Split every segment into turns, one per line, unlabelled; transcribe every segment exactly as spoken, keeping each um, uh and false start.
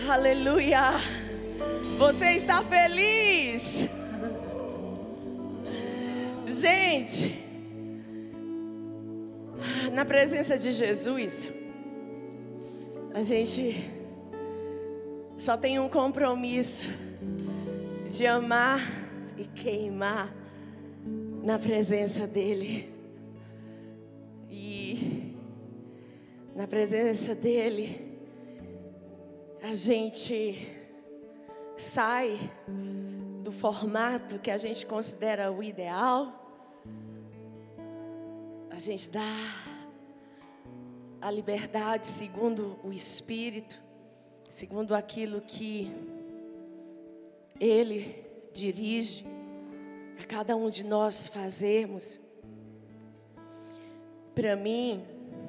Aleluia! Você está feliz? Gente, na presença de Jesus, a gente só tem um compromisso de amar e queimar na presença dEle. E na presença dEle, a gente sai do formato que a gente considera o ideal. A gente dá a liberdade segundo o Espírito, segundo aquilo que Ele dirige a cada um de nós fazermos. Para mim,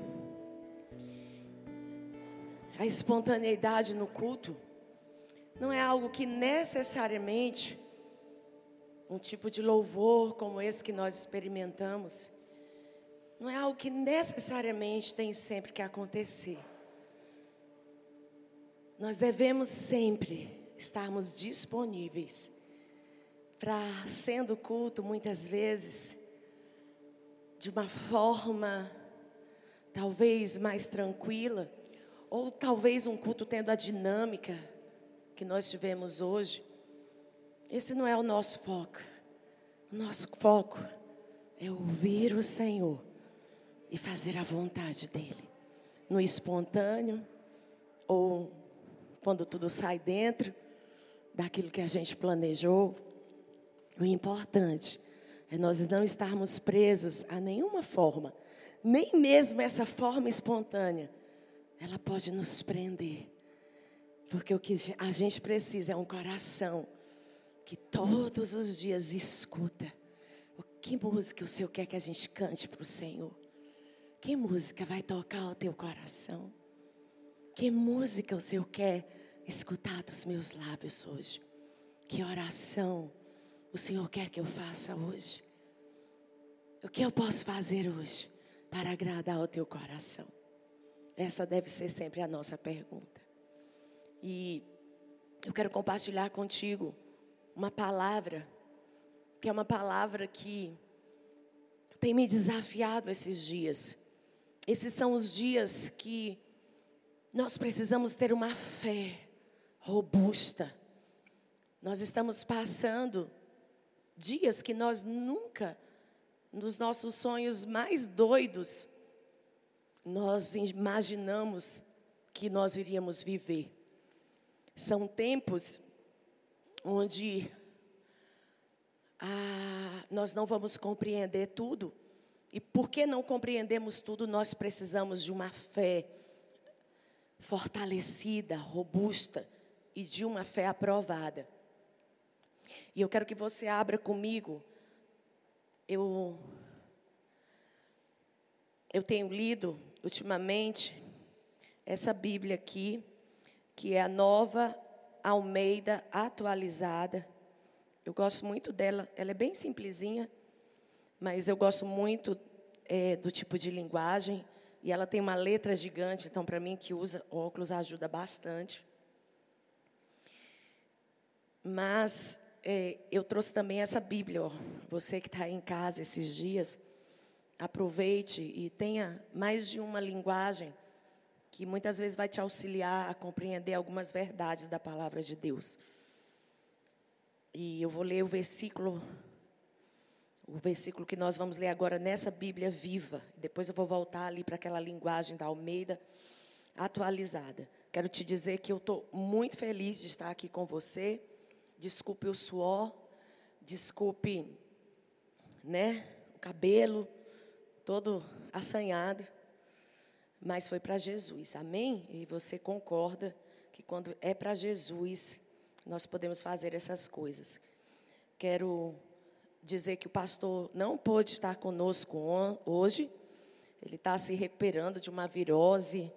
a espontaneidade no culto não é algo que necessariamente um tipo de louvor como esse que nós experimentamos, não é algo que necessariamente tem sempre que acontecer. Nós devemos sempre estarmos disponíveis para, sendo culto muitas vezes, de uma forma talvez mais tranquila, ou talvez um culto tendo a dinâmica que nós tivemos hoje. Esse não é o nosso foco. O nosso foco é ouvir o Senhor e fazer a vontade dEle, no espontâneo, ou quando tudo sai dentro daquilo que a gente planejou. O importante é nós não estarmos presos a nenhuma forma, nem mesmo essa forma espontânea. Ela pode nos prender, porque o que a gente precisa é um coração que todos os dias escuta. Que música o Senhor quer que a gente cante para o Senhor? Que música vai tocar o teu coração? Que música o Senhor quer escutar dos meus lábios hoje? Que oração o Senhor quer que eu faça hoje? O que eu posso fazer hoje para agradar o teu coração? Essa deve ser sempre a nossa pergunta. E eu quero compartilhar contigo uma palavra, que é uma palavra que tem me desafiado esses dias. Esses são os dias que nós precisamos ter uma fé robusta. Nós estamos passando dias que nós nunca, nos nossos sonhos mais doidos, nós imaginamos que nós iríamos viver. São tempos onde ah, nós não vamos compreender tudo. E porque não compreendemos tudo, nós precisamos de uma fé fortalecida, robusta e de uma fé aprovada. E eu quero que você abra comigo. Eu, eu tenho lido ultimamente essa Bíblia aqui, que é a Nova Almeida Atualizada. Eu gosto muito dela, ela é bem simplesinha, mas eu gosto muito é, do tipo de linguagem. E ela tem uma letra gigante, então para mim que usa óculos ajuda bastante. Mas é, eu trouxe também essa Bíblia, ó. Você que está em casa esses dias, aproveite e tenha mais de uma linguagem que muitas vezes vai te auxiliar a compreender algumas verdades da palavra de Deus. E eu vou ler o versículo, o versículo que nós vamos ler agora nessa Bíblia viva. Depois eu vou voltar ali para aquela linguagem da Almeida atualizada. Quero te dizer que eu estou muito feliz de estar aqui com você. Desculpe o suor, desculpe, né, o cabelo todo assanhado, mas foi para Jesus, amém? E você concorda que quando é para Jesus, nós podemos fazer essas coisas. Quero dizer que o pastor não pôde estar conosco hoje. Ele está se recuperando de uma virose.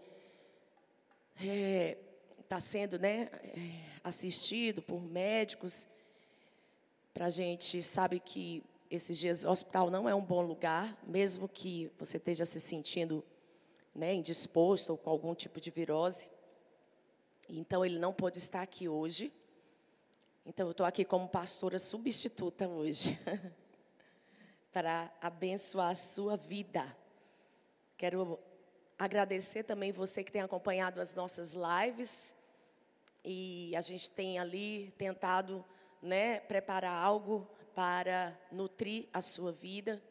Está é, sendo, né, é, assistido por médicos. Para a gente sabe que esses dias o hospital não é um bom lugar, mesmo que você esteja se sentindo, né, indisposto ou com algum tipo de virose. Então, ele não pôde estar aqui hoje. Então, eu estou aqui como pastora substituta hoje. Para abençoar a sua vida. Quero agradecer também você que tem acompanhado as nossas lives. E a gente tem ali tentado, né, preparar algo para nutrir a sua vida.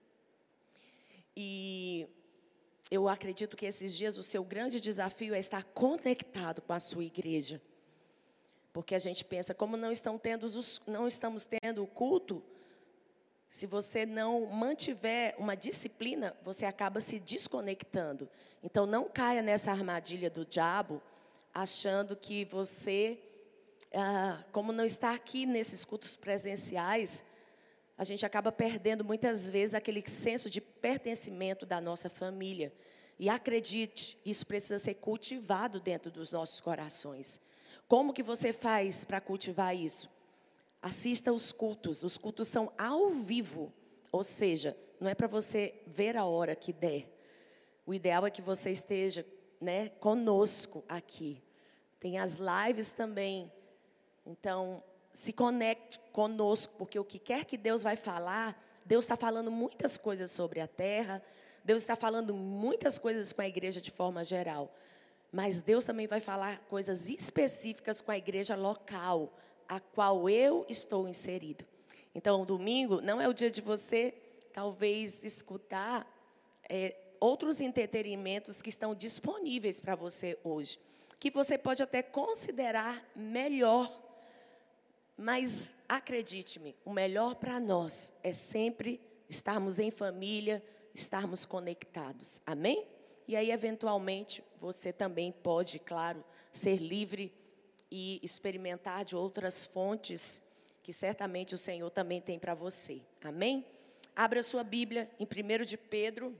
E eu acredito que esses dias o seu grande desafio é estar conectado com a sua igreja. Porque a gente pensa, como não, estão tendo os, não estamos tendo o culto, se você não mantiver uma disciplina, você acaba se desconectando. Então, não caia nessa armadilha do diabo, achando que você, ah, como não está aqui nesses cultos presenciais, a gente acaba perdendo muitas vezes aquele senso de pertencimento da nossa família. E acredite, isso precisa ser cultivado dentro dos nossos corações. Como que você faz para cultivar isso? Assista os cultos. Os cultos são ao vivo. Ou seja, não é para você ver a hora que der. O ideal é que você esteja, né, conosco aqui. Tem as lives também. Então, se conecte conosco, porque o que quer que Deus vai falar, Deus está falando muitas coisas sobre a terra. Deus está falando muitas coisas com a igreja de forma geral. Mas Deus também vai falar coisas específicas com a igreja local, a qual eu estou inserido. Então, domingo não é o dia de você, talvez, escutar é, outros entretenimentos que estão disponíveis para você hoje, que você pode até considerar melhor. Mas, acredite-me, o melhor para nós é sempre estarmos em família, estarmos conectados. Amém? E aí, eventualmente, você também pode, claro, ser livre e experimentar de outras fontes que certamente o Senhor também tem para você. Amém? Abra sua Bíblia em primeiro de Pedro,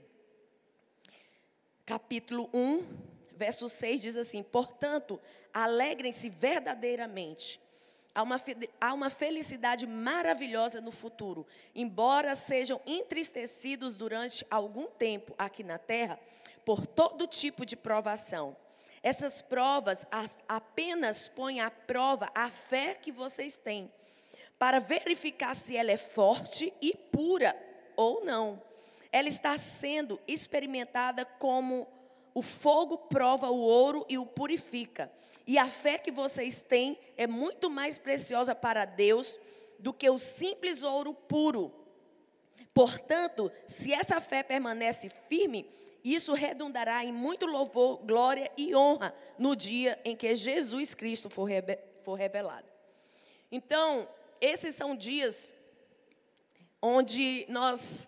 capítulo um, verso seis, diz assim: portanto, alegrem-se verdadeiramente. Há uma, há uma felicidade maravilhosa no futuro. Embora sejam entristecidos durante algum tempo aqui na terra, por todo tipo de provação. Essas provas apenas põem à prova a fé que vocês têm, para verificar se ela é forte e pura ou não. Ela está sendo experimentada como o fogo prova o ouro e o purifica. E a fé que vocês têm é muito mais preciosa para Deus do que o simples ouro puro. Portanto, se essa fé permanece firme, isso redundará em muito louvor, glória e honra no dia em que Jesus Cristo for, rebe- for revelado. Então, esses são dias onde nós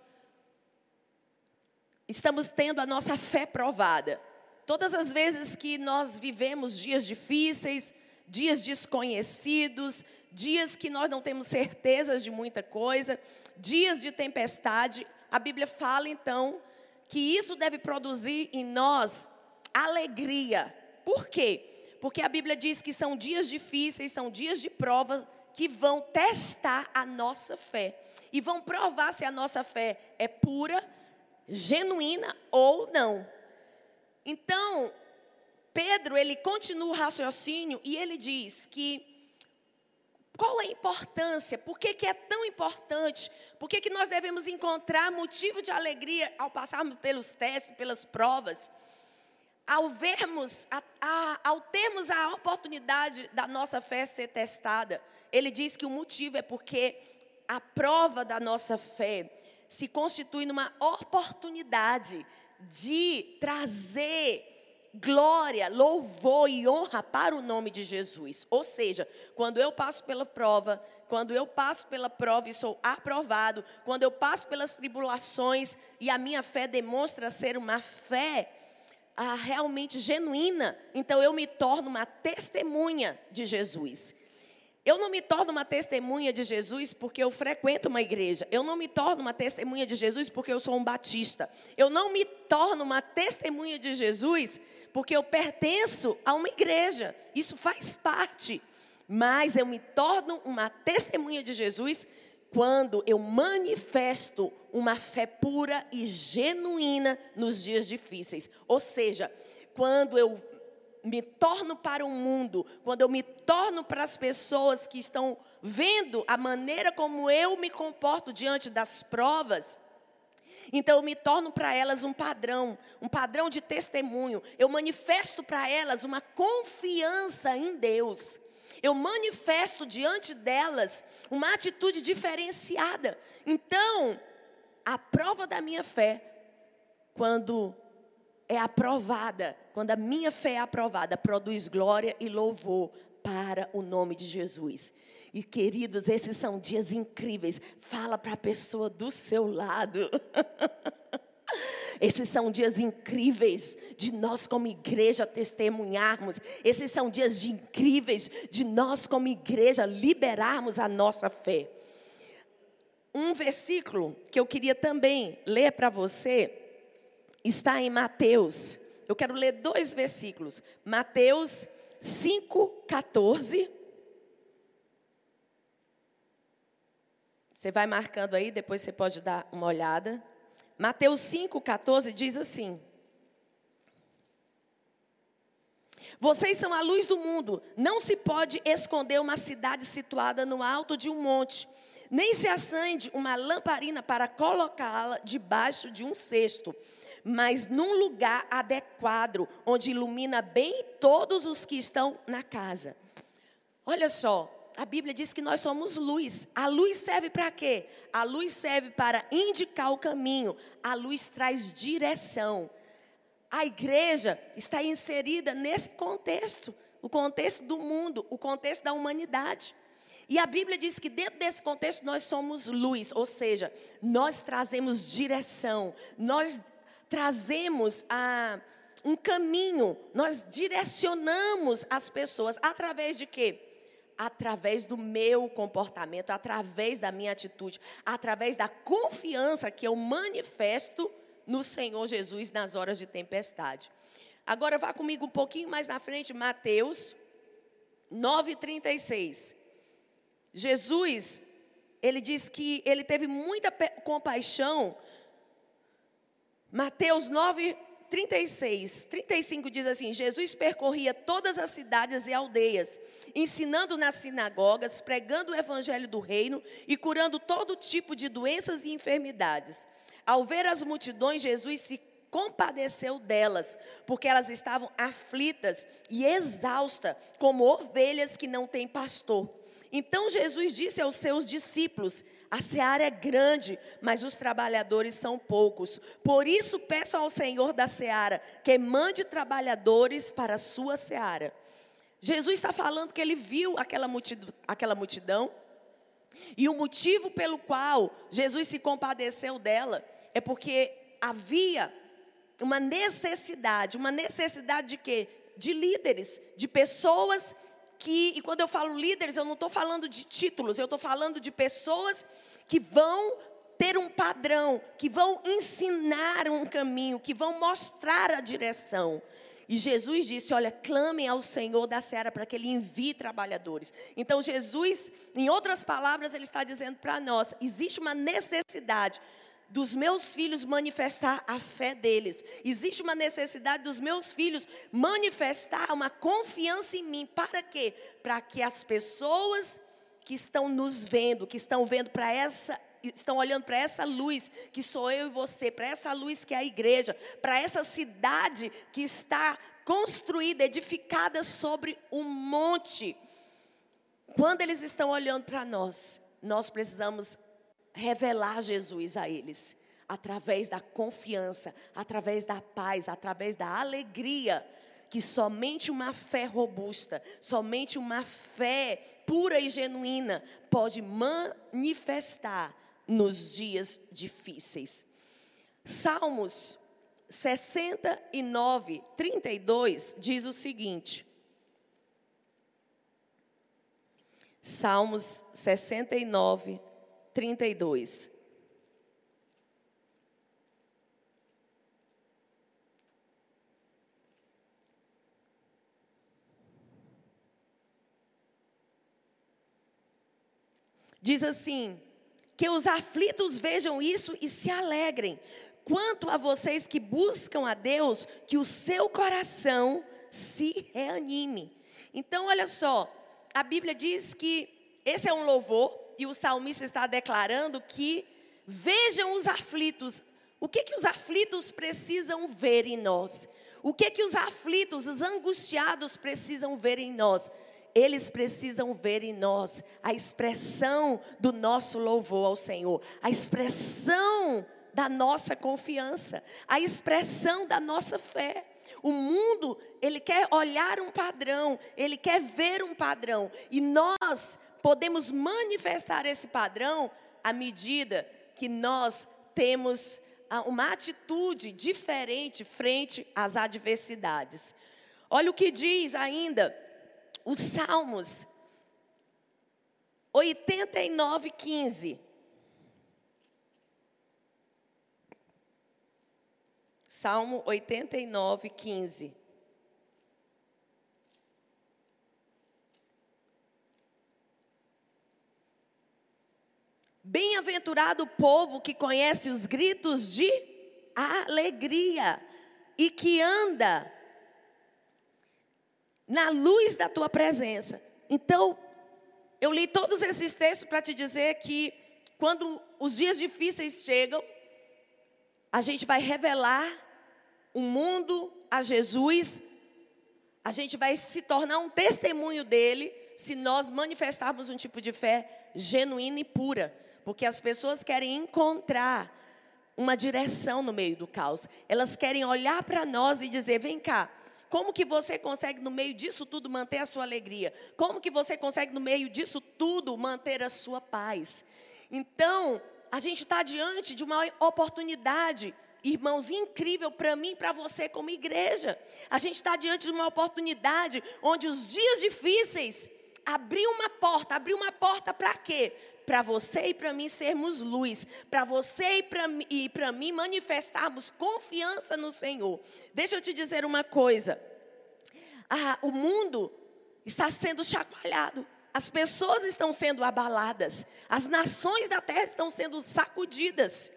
estamos tendo a nossa fé provada. Todas as vezes que nós vivemos dias difíceis, dias desconhecidos, dias que nós não temos certezas de muita coisa, dias de tempestade, a Bíblia fala então que isso deve produzir em nós alegria. Por quê? Porque a Bíblia diz que são dias difíceis, são dias de prova que vão testar a nossa fé. E vão provar se a nossa fé é pura, genuína ou não. Então, Pedro, ele continua o raciocínio e ele diz que qual a importância? Por que, que é tão importante? Por que, que nós devemos encontrar motivo de alegria ao passarmos pelos testes, pelas provas? Ao vermos, a, a, ao termos a oportunidade da nossa fé ser testada, ele diz que o motivo é porque a prova da nossa fé se constitui numa oportunidade de trazer glória, louvor e honra para o nome de Jesus. Ou seja, quando eu passo pela prova, quando eu passo pela prova e sou aprovado, quando eu passo pelas tribulações e a minha fé demonstra ser uma fé ah, realmente genuína, então eu me torno uma testemunha de Jesus. Eu não me torno uma testemunha de Jesus porque eu frequento uma igreja. Eu não me torno uma testemunha de Jesus porque eu sou um batista. Eu não me torno uma testemunha de Jesus porque eu pertenço a uma igreja. Isso faz parte. Mas eu me torno uma testemunha de Jesus quando eu manifesto uma fé pura e genuína nos dias difíceis. Ou seja, quando eu me torno para o mundo, quando eu me torno para as pessoas que estão vendo a maneira como eu me comporto diante das provas, então eu me torno para elas um padrão, um padrão de testemunho. Eu manifesto para elas uma confiança em Deus. Eu manifesto diante delas uma atitude diferenciada. Então, a prova da minha fé, quando é aprovada, quando a minha fé é aprovada, produz glória e louvor para o nome de Jesus. E queridos, esses são dias incríveis. Fala para a pessoa do seu lado. Esses são dias incríveis de nós como igreja testemunharmos. Esses são dias de incríveis de nós como igreja liberarmos a nossa fé. Um versículo que eu queria também ler para você está em Mateus. Eu quero ler dois versículos. Mateus cinco, quatorze. Você vai marcando aí, depois você pode dar uma olhada. Mateus cinco, quatorze diz assim: vocês são a luz do mundo. Não se pode esconder uma cidade situada no alto de um monte, nem se acende uma lamparina para colocá-la debaixo de um cesto, mas num lugar adequado, onde ilumina bem todos os que estão na casa. Olha só, a Bíblia diz que nós somos luz. A luz serve para quê? A luz serve para indicar o caminho. A luz traz direção. A igreja está inserida nesse contexto, o contexto do mundo, o contexto da humanidade. E a Bíblia diz que dentro desse contexto nós somos luz, ou seja, nós trazemos direção, nós trazemos a, um caminho, nós direcionamos as pessoas através de quê? Através do meu comportamento, através da minha atitude, através da confiança que eu manifesto no Senhor Jesus nas horas de tempestade. Agora vá comigo um pouquinho mais na frente, Mateus nove, trinta e seis. Jesus, ele diz que ele teve muita compaixão. Mateus nove, trinta e seis, trinta e cinco diz assim: Jesus percorria todas as cidades e aldeias, ensinando nas sinagogas, pregando o evangelho do reino e curando todo tipo de doenças e enfermidades. Ao ver as multidões, Jesus se compadeceu delas, porque elas estavam aflitas e exaustas, como ovelhas que não têm pastor. Então Jesus disse aos seus discípulos: a seara é grande, mas os trabalhadores são poucos. Por isso peço ao Senhor da seara que mande trabalhadores para a sua seara. Jesus está falando que ele viu aquela multidão, aquela multidão, e o motivo pelo qual Jesus se compadeceu dela é porque havia uma necessidade, uma necessidade de quê? De líderes, de pessoas que, e quando eu falo líderes, eu não estou falando de títulos, eu estou falando de pessoas que vão ter um padrão, que vão ensinar um caminho, que vão mostrar a direção. E Jesus disse: olha, clamem ao Senhor da seara para que Ele envie trabalhadores. Então Jesus, em outras palavras, Ele está dizendo para nós: existe uma necessidade dos meus filhos manifestar a fé deles. Existe uma necessidade dos meus filhos manifestar uma confiança em mim. Para quê? Para que as pessoas que estão nos vendo, que estão vendo para essa, estão olhando para essa luz que sou eu e você, para essa luz que é a igreja, para essa cidade que está construída, edificada sobre um monte. Quando eles estão olhando para nós, nós precisamos revelar Jesus a eles, através da confiança, através da paz, através da alegria, que somente uma fé robusta, somente uma fé pura e genuína pode manifestar nos dias difíceis. Salmos sessenta e nove, trinta e dois diz o seguinte. Salmos sessenta e nove, trinta e dois. Diz assim: que os aflitos vejam isso e se alegrem. Quanto a vocês que buscam a Deus, que o seu coração se reanime. Então, olha só, a Bíblia diz que esse é um louvor, e o salmista está declarando que vejam os aflitos. O que que os aflitos precisam ver em nós? O que que os aflitos, os angustiados precisam ver em nós? Eles precisam ver em nós a expressão do nosso louvor ao Senhor, a expressão da nossa confiança, a expressão da nossa fé. O mundo, ele quer olhar um padrão, ele quer ver um padrão. E nós podemos manifestar esse padrão à medida que nós temos uma atitude diferente frente às adversidades. Olha o que diz ainda os Salmos oitenta e nove, quinze. Salmo oitenta e nove, quinze. Bem-aventurado o povo que conhece os gritos de alegria e que anda na luz da tua presença. Então, eu li todos esses textos para te dizer que quando os dias difíceis chegam, a gente vai revelar o mundo a Jesus, a gente vai se tornar um testemunho dele, se nós manifestarmos um tipo de fé genuína e pura. Porque as pessoas querem encontrar uma direção no meio do caos. Elas querem olhar para nós e dizer, vem cá, como que você consegue no meio disso tudo manter a sua alegria? Como que você consegue no meio disso tudo manter a sua paz? Então, a gente está diante de uma oportunidade, irmãos, incrível para mim e para você como igreja. A gente está diante de uma oportunidade onde os dias difíceis abriu uma porta. Abriu uma porta para quê? Para você e para mim sermos luz. Para você e para mim manifestarmos confiança no Senhor. Deixa eu te dizer uma coisa. Ah, o mundo está sendo chacoalhado. As pessoas estão sendo abaladas. As nações da terra estão sendo sacudidas.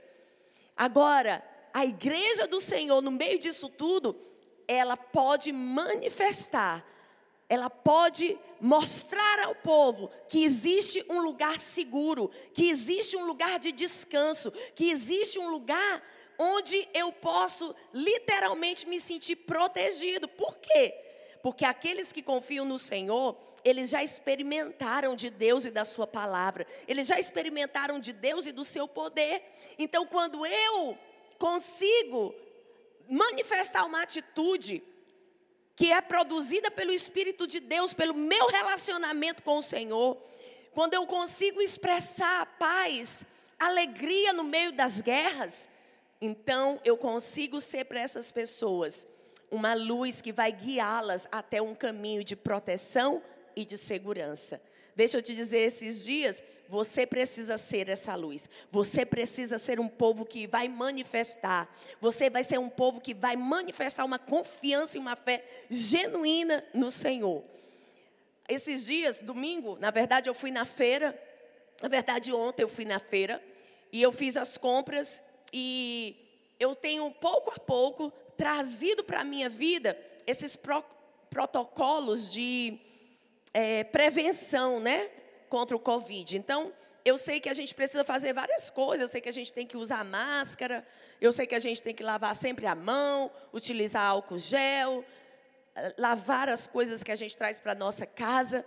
Agora, a igreja do Senhor, no meio disso tudo, ela pode manifestar, ela pode mostrar ao povo que existe um lugar seguro, que existe um lugar de descanso, que existe um lugar onde eu posso literalmente me sentir protegido. Por quê? Porque aqueles que confiam no Senhor, eles já experimentaram de Deus e da sua palavra. Eles já experimentaram de Deus e do seu poder. Então, quando eu consigo manifestar uma atitude que é produzida pelo Espírito de Deus, pelo meu relacionamento com o Senhor, quando eu consigo expressar paz, alegria no meio das guerras, então eu consigo ser para essas pessoas uma luz que vai guiá-las até um caminho de proteção e de segurança. Deixa eu te dizer, esses dias, você precisa ser essa luz. Você precisa ser um povo que vai manifestar. Você vai ser um povo que vai manifestar uma confiança e uma fé genuína no Senhor. Esses dias, domingo, na verdade eu fui na feira. Na verdade ontem eu fui na feira. E eu fiz as compras. E eu tenho pouco a pouco trazido para a minha vida esses pro, protocolos de é, prevenção, né, contra o Covid. Então, eu sei que a gente precisa fazer várias coisas. Eu sei que a gente tem que usar máscara. Eu sei que a gente tem que lavar sempre a mão, utilizar álcool gel, lavar as coisas que a gente traz para a nossa casa.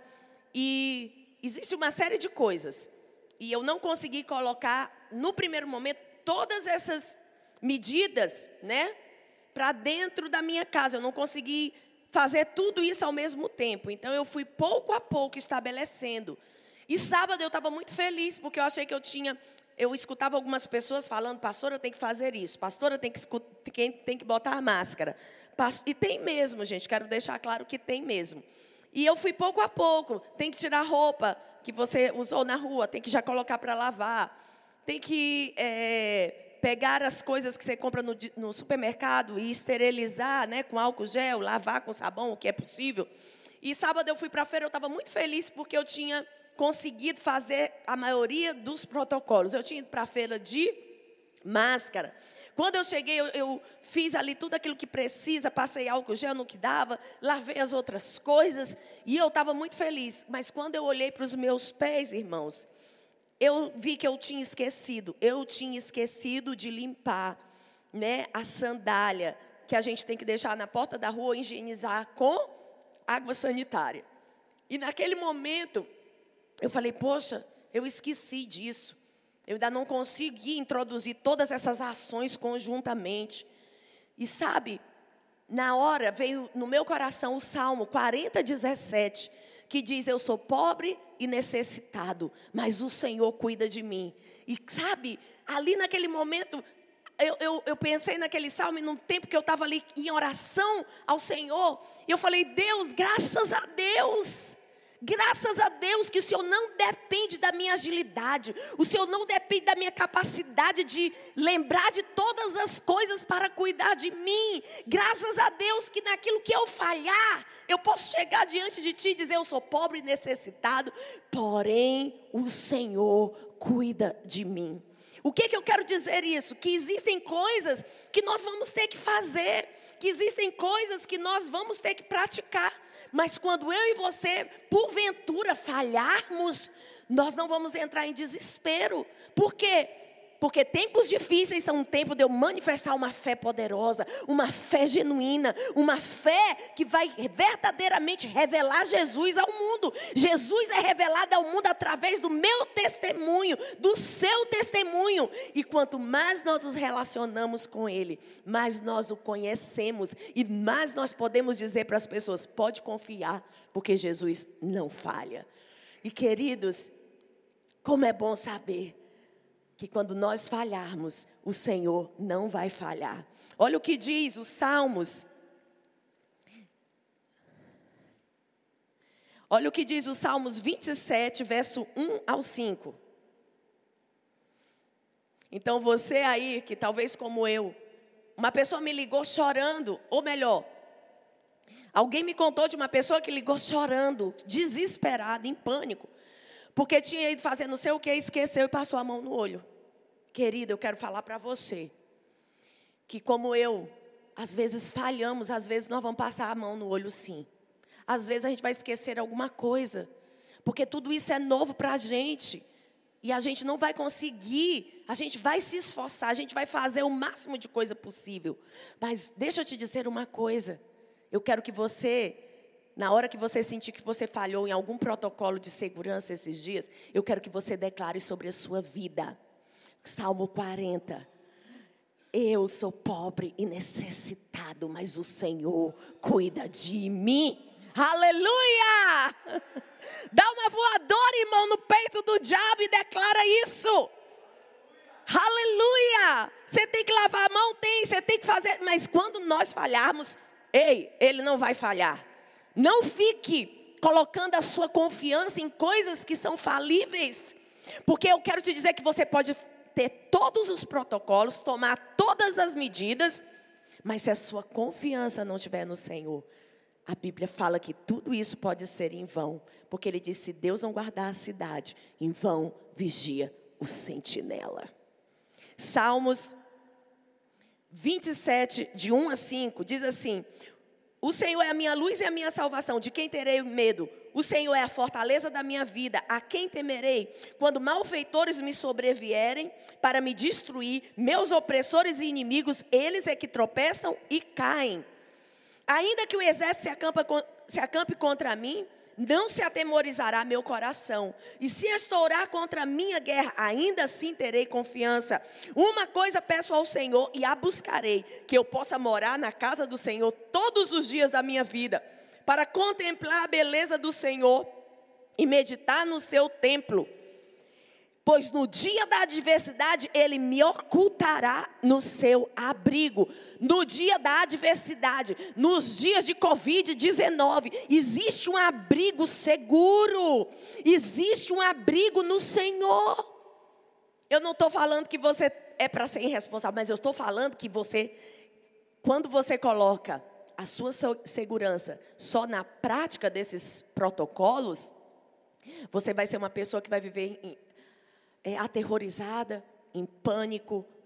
E existe uma série de coisas. E eu não consegui colocar, no primeiro momento, todas essas medidas, né, para dentro da minha casa. Eu não consegui fazer tudo isso ao mesmo tempo. Então, eu fui pouco a pouco estabelecendo. E sábado eu estava muito feliz, porque eu achei que eu tinha... Eu escutava algumas pessoas falando, pastora, tem que fazer isso. Pastora, tem que, tem, tem que botar a máscara. E tem mesmo, gente. Quero deixar claro que tem mesmo. E eu fui pouco a pouco. Tem que tirar a roupa que você usou na rua. Tem que já colocar para lavar. Tem que... É, pegar as coisas que você compra no, no supermercado e esterilizar, né, com álcool gel, lavar com sabão, o que é possível. E sábado eu fui para a feira, eu estava muito feliz porque eu tinha conseguido fazer a maioria dos protocolos. Eu tinha ido para a feira de máscara. Quando eu cheguei, eu, eu fiz ali tudo aquilo que precisa, passei álcool gel no que dava, lavei as outras coisas, e eu estava muito feliz. Mas quando eu olhei para os meus pés, irmãos, eu vi que eu tinha esquecido, eu tinha esquecido de limpar, né, a sandália, que a gente tem que deixar na porta da rua, higienizar com água sanitária. E naquele momento, eu falei, poxa, eu esqueci disso. Eu ainda não consegui introduzir todas essas ações conjuntamente. E sabe, na hora veio no meu coração o Salmo quarenta, dezessete, que diz, eu sou pobre e necessitado, mas o Senhor cuida de mim. E sabe, ali naquele momento, eu, eu, eu pensei naquele salmo, e num tempo que eu estava ali em oração ao Senhor, e eu falei, Deus, graças a Deus, graças a Deus que o Senhor não depende da minha agilidade, o Senhor não depende da minha capacidade de lembrar de todas as coisas para cuidar de mim. Graças a Deus que naquilo que eu falhar, eu posso chegar diante de Ti e dizer, eu sou pobre e necessitado, porém o Senhor cuida de mim. O que que eu quero dizer isso? Que existem coisas que nós vamos ter que fazer, que existem coisas que nós vamos ter que praticar. Mas quando eu e você, porventura, falharmos, nós não vamos entrar em desespero. Por quê? Porque tempos difíceis são um tempo de eu manifestar uma fé poderosa, uma fé genuína, uma fé que vai verdadeiramente revelar Jesus ao mundo. Jesus é revelado ao mundo através do meu testemunho, do seu testemunho. E quanto mais nós nos relacionamos com Ele, mais nós o conhecemos e mais nós podemos dizer para as pessoas, pode confiar, porque Jesus não falha. E queridos, como é bom saber que quando nós falharmos, o Senhor não vai falhar. Olha o que diz os Salmos. Olha o que diz os Salmos vinte e sete, verso um ao cinco. Então você aí, que talvez como eu, uma pessoa me ligou chorando, ou melhor, alguém me contou de uma pessoa que ligou chorando, desesperada, em pânico, porque tinha ido fazer não sei o que, esqueceu e passou a mão no olho. Querida, eu quero falar para você, que como eu, às vezes falhamos, às vezes nós vamos passar a mão no olho sim. Às vezes a gente vai esquecer alguma coisa, porque tudo isso é novo para a gente. E a gente não vai conseguir, a gente vai se esforçar, a gente vai fazer o máximo de coisa possível. Mas deixa eu te dizer uma coisa, eu quero que você, na hora que você sentir que você falhou em algum protocolo de segurança esses dias, eu quero que você declare sobre a sua vida. Salmo quarenta. Eu sou pobre e necessitado, mas o Senhor cuida de mim. Aleluia! Dá uma voadora, irmão, no peito do diabo e declara isso. Aleluia! Você tem que lavar a mão? Tem, você tem que fazer. Mas quando nós falharmos, ei, Ele não vai falhar. Não fique colocando a sua confiança em coisas que são falíveis. Porque eu quero te dizer que você pode ter todos os protocolos, tomar todas as medidas, mas se a sua confiança não estiver no Senhor, a Bíblia fala que tudo isso pode ser em vão, porque Ele diz, se Deus não guardar a cidade, em vão vigia o sentinela. Salmos vinte e sete, de um a cinco, diz assim, o Senhor é a minha luz e a minha salvação, de quem terei medo? O Senhor é a fortaleza da minha vida, a quem temerei? Quando malfeitores me sobrevierem para me destruir, meus opressores e inimigos, eles é que tropeçam e caem. Ainda que o exército se, acampa, se acampe contra mim, não se atemorizará meu coração. E se estourar contra a minha guerra, ainda assim terei confiança. Uma coisa peço ao Senhor e a buscarei, que eu possa morar na casa do Senhor todos os dias da minha vida, para contemplar a beleza do Senhor e meditar no seu templo. Pois no dia da adversidade, Ele me ocultará no seu abrigo. No dia da adversidade, nos dias de covid dezenove, existe um abrigo seguro. Existe um abrigo no Senhor. Eu não estou falando que você é para ser irresponsável, mas eu estou falando que você, quando você coloca a sua segurança só na prática desses protocolos, você vai ser uma pessoa que vai viver em, é, aterrorizada, em pânico,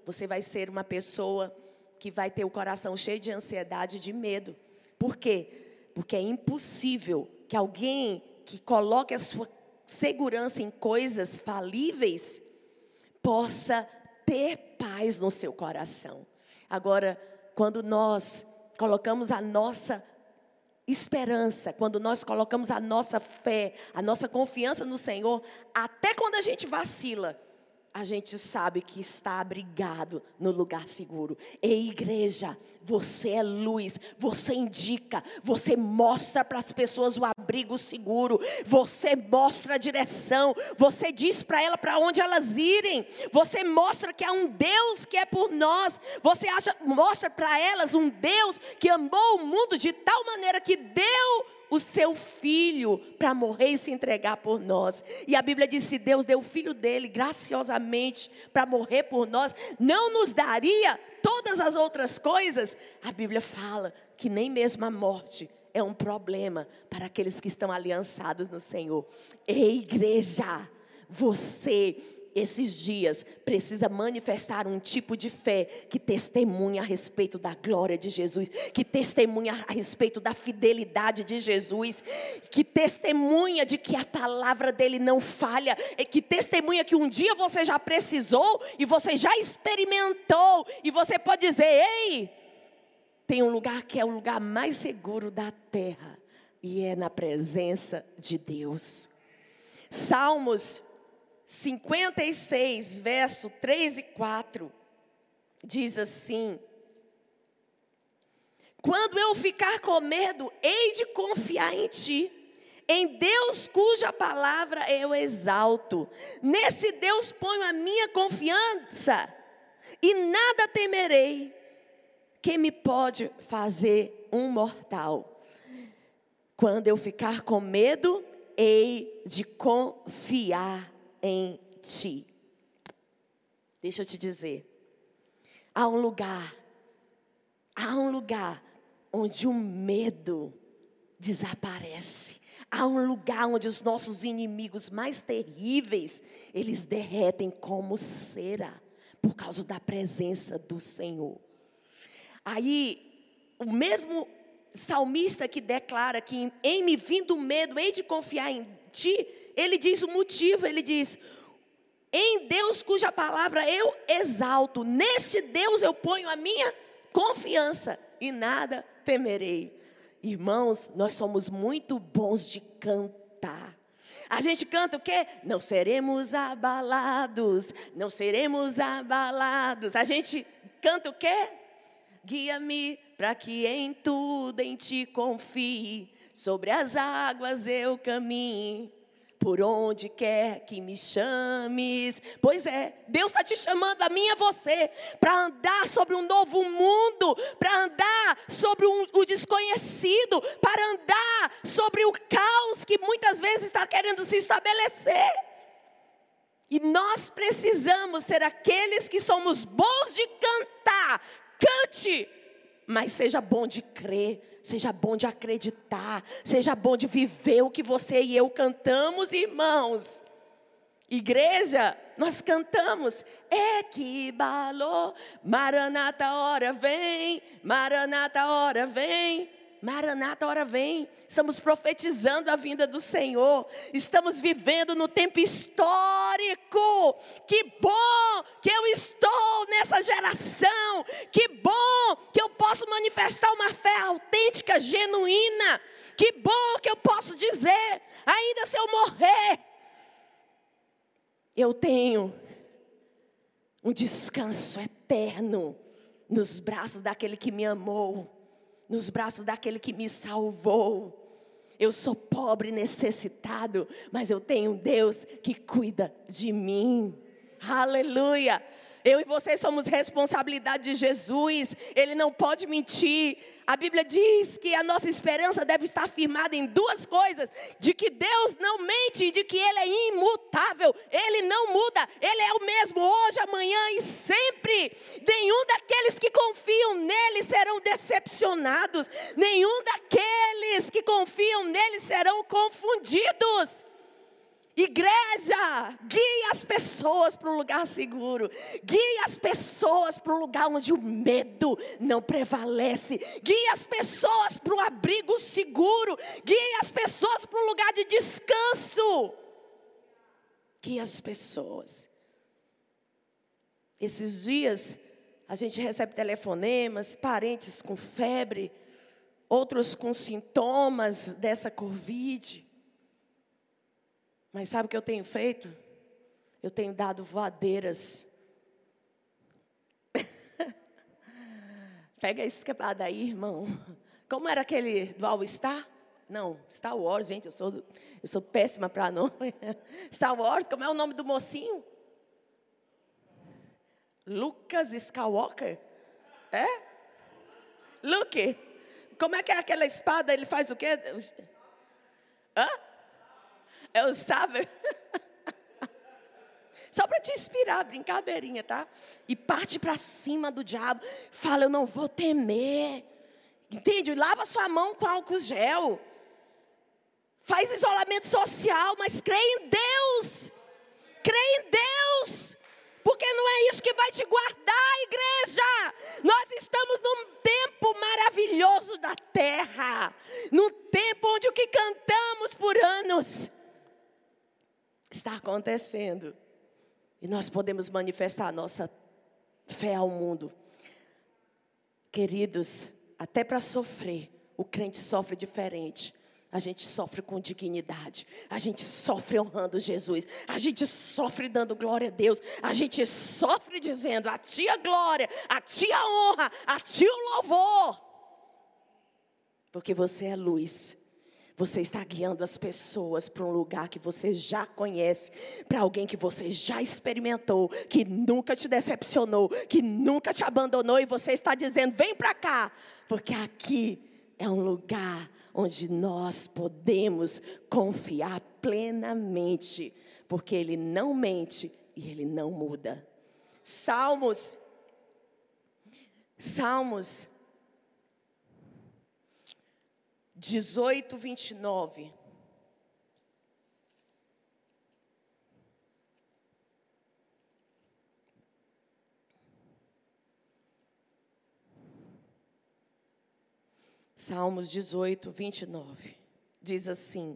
você vai ser uma pessoa que vai ter o coração cheio de ansiedade e de medo. Por quê? Porque é impossível que alguém que coloque a sua segurança em coisas falíveis possa ter paz no seu coração. Agora, quando nós colocamos a nossa esperança, quando nós colocamos a nossa fé, a nossa confiança no Senhor, até quando a gente vacila, a gente sabe que está abrigado no lugar seguro. Ei, igreja, você é luz, você indica, você mostra para as pessoas o abrigo seguro, você mostra a direção, você diz para elas para onde elas irem, você mostra que há um Deus que é por nós, você acha, mostra para elas um Deus que amou o mundo de tal maneira que deu o seu filho para morrer e se entregar por nós. E a Bíblia diz: se Deus deu o filho dele graciosamente para morrer por nós, não nos daria todas as outras coisas? A Bíblia fala que nem mesmo a morte é um problema para aqueles que estão aliançados no Senhor. Ei, igreja, você esses dias precisa manifestar um tipo de fé que testemunha a respeito da glória de Jesus, que testemunha a respeito da fidelidade de Jesus, que testemunha de que a palavra dele não falha, que testemunha que um dia você já precisou e você já experimentou, e você pode dizer: ei, tem um lugar que é o lugar mais seguro da terra, e é na presença de Deus. Salmos cinquenta e seis, verso três e quatro, diz assim: quando eu ficar com medo, hei de confiar em ti, em Deus cuja palavra eu exalto. Nesse Deus ponho a minha confiança, e nada temerei. Que me pode fazer um mortal? Quando eu ficar com medo, hei de confiar em ti. Deixa eu te dizer, há um lugar, há um lugar onde o medo desaparece. Há um lugar onde os nossos inimigos mais terríveis, eles derretem como cera, por causa da presença do Senhor. Aí, o mesmo salmista que declara que em me vindo o medo, hei de confiar em ti, ele diz o motivo, ele diz: em Deus cuja palavra eu exalto, nesse Deus eu ponho a minha confiança, e nada temerei. Irmãos, nós somos muito bons de cantar. A gente canta o quê? Não seremos abalados, não seremos abalados. A gente canta o quê? Guia-me para que em tudo em ti confie, sobre as águas eu caminhe, por onde quer que me chames. Pois é, Deus está te chamando, a mim e a você, para andar sobre um novo mundo, para andar sobre um, o desconhecido, para andar sobre o caos que muitas vezes está querendo se estabelecer. E nós precisamos ser aqueles que somos bons de cantar. Cante, mas seja bom de crer, seja bom de acreditar, seja bom de viver o que você e eu cantamos, irmãos. Igreja, nós cantamos: é que balou, Maranata, hora vem, Maranata, hora vem. Maranata, hora vem. Estamos profetizando a vinda do Senhor. Estamos vivendo no tempo histórico. Que bom que eu estou nessa geração. Que bom que eu posso manifestar uma fé autêntica, genuína. Que bom que eu posso dizer, ainda se eu morrer, eu tenho um descanso eterno nos braços daquele que me amou, nos braços daquele que me salvou. Eu sou pobre, necessitado, mas eu tenho um Deus que cuida de mim. Aleluia! Eu e vocês somos responsabilidade de Jesus. Ele não pode mentir. A Bíblia diz que a nossa esperança deve estar firmada em duas coisas: de que Deus não mente e de que Ele é imutável. Ele não muda. Ele é o mesmo hoje, amanhã e sempre. Nenhum daqueles que confiam nele serão decepcionados. Nenhum daqueles que confiam nele serão confundidos. Igreja, guie as pessoas para um lugar seguro. Guie as pessoas para um lugar onde o medo não prevalece. Guie as pessoas para um abrigo seguro. Guie as pessoas para um lugar de descanso. Guie as pessoas. Esses dias, a gente recebe telefonemas, parentes com febre, outros com sintomas dessa Covid. Mas sabe o que eu tenho feito? Eu tenho dado voadeiras. Pega a escapada aí, irmão. Como era aquele do All Star? Não, Star Wars, gente, eu sou, eu sou péssima para nome. Star Wars, como é o nome do mocinho? Lucas Skywalker? É? Luke. Como é que é aquela espada? Ele faz o quê? Hã? É o saber. Só para te inspirar, brincadeirinha, tá? E parte para cima do diabo. Fala, eu não vou temer. Entende? Lava sua mão com álcool gel. Faz isolamento social, mas crê em Deus. Crê em Deus. Porque não é isso que vai te guardar, igreja. Nós estamos num tempo maravilhoso da terra. Num tempo onde o que cantamos por anos está acontecendo. E nós podemos manifestar a nossa fé ao mundo. Queridos, até para sofrer, o crente sofre diferente. A gente sofre com dignidade. A gente sofre honrando Jesus. A gente sofre dando glória a Deus. A gente sofre dizendo: a ti a glória, a ti a honra, a ti o louvor. Porque você é luz. Você está guiando as pessoas para um lugar que você já conhece, para alguém que você já experimentou, que nunca te decepcionou, que nunca te abandonou, e você está dizendo: vem para cá, porque aqui é um lugar onde nós podemos confiar plenamente, porque Ele não mente e Ele não muda. Salmos, Salmos dezoito, vinte e nove. Salmos dezoito, vinte e nove. Diz assim: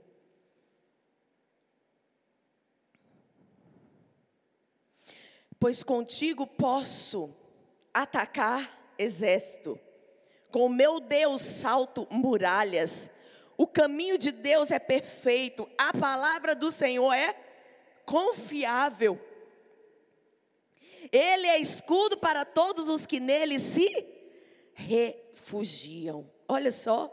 pois contigo posso atacar exército. Com o meu Deus salto muralhas. O caminho de Deus é perfeito. A palavra do Senhor é confiável. Ele é escudo para todos os que nele se refugiam. Olha só.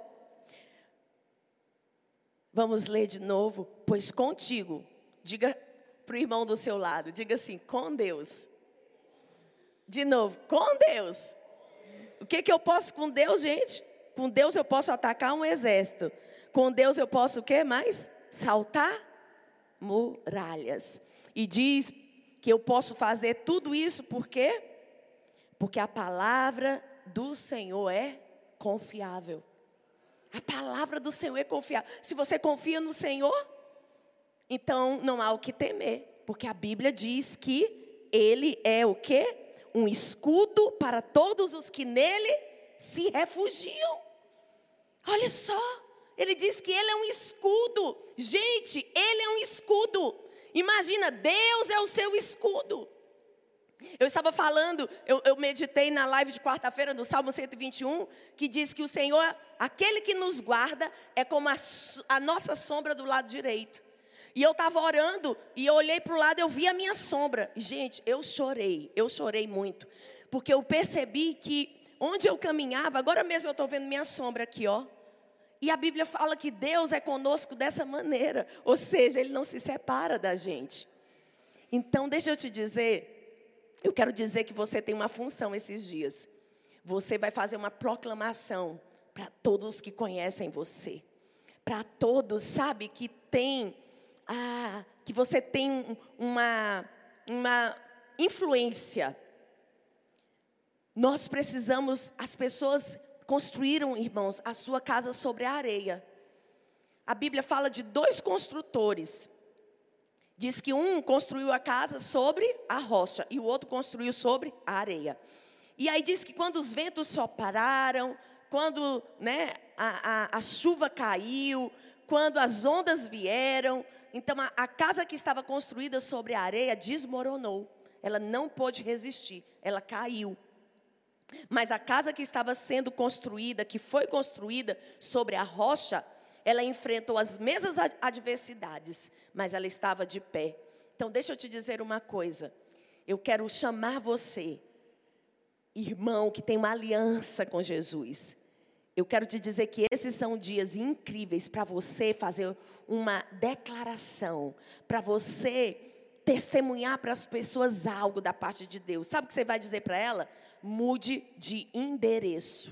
Vamos ler de novo. Pois contigo. Diga para o irmão do seu lado. Diga assim: com Deus. De novo. Com Deus. O que que eu posso com Deus, gente? Com Deus eu posso atacar um exército. Com Deus eu posso o que mais? Saltar muralhas. E diz que eu posso fazer tudo isso por quê? Porque a palavra do Senhor é confiável. A palavra do Senhor é confiável. Se você confia no Senhor, então não há o que temer. Porque a Bíblia diz que Ele é o quê? Um escudo para todos os que nele se refugiam. Olha só, ele diz que ele é um escudo. Gente, ele é um escudo. Imagina, Deus é o seu escudo. Eu estava falando, eu, eu meditei na live de quarta-feira do Salmo cento e vinte e um, que diz que o Senhor, aquele que nos guarda, é como a, a nossa sombra do lado direito. E eu estava orando, e eu olhei para o lado, eu vi a minha sombra. Gente, eu chorei, eu chorei muito. Porque eu percebi que onde eu caminhava, agora mesmo eu estou vendo minha sombra aqui, ó. E a Bíblia fala que Deus é conosco dessa maneira. Ou seja, Ele não se separa da gente. Então, deixa eu te dizer, eu quero dizer que você tem uma função esses dias. Você vai fazer uma proclamação para todos que conhecem você. Para todos, sabe, que tem... Ah, que você tem uma, uma influência. Nós precisamos, as pessoas construíram, irmãos, a sua casa sobre a areia. A Bíblia fala de dois construtores. Diz que um construiu a casa sobre a rocha e o outro construiu sobre a areia. E aí diz que quando os ventos sopraram, quando, né, a, a, a chuva caiu, quando as ondas vieram, então a, a casa que estava construída sobre a areia desmoronou. Ela não pôde resistir, ela caiu. Mas a casa que estava sendo construída, que foi construída sobre a rocha, ela enfrentou as mesmas adversidades, mas ela estava de pé. Então deixa eu te dizer uma coisa. Eu quero chamar você, irmão, que tem uma aliança com Jesus. Eu quero te dizer que esses são dias incríveis para você fazer uma declaração, para você testemunhar para as pessoas algo da parte de Deus. Sabe o que você vai dizer para ela? Mude de endereço.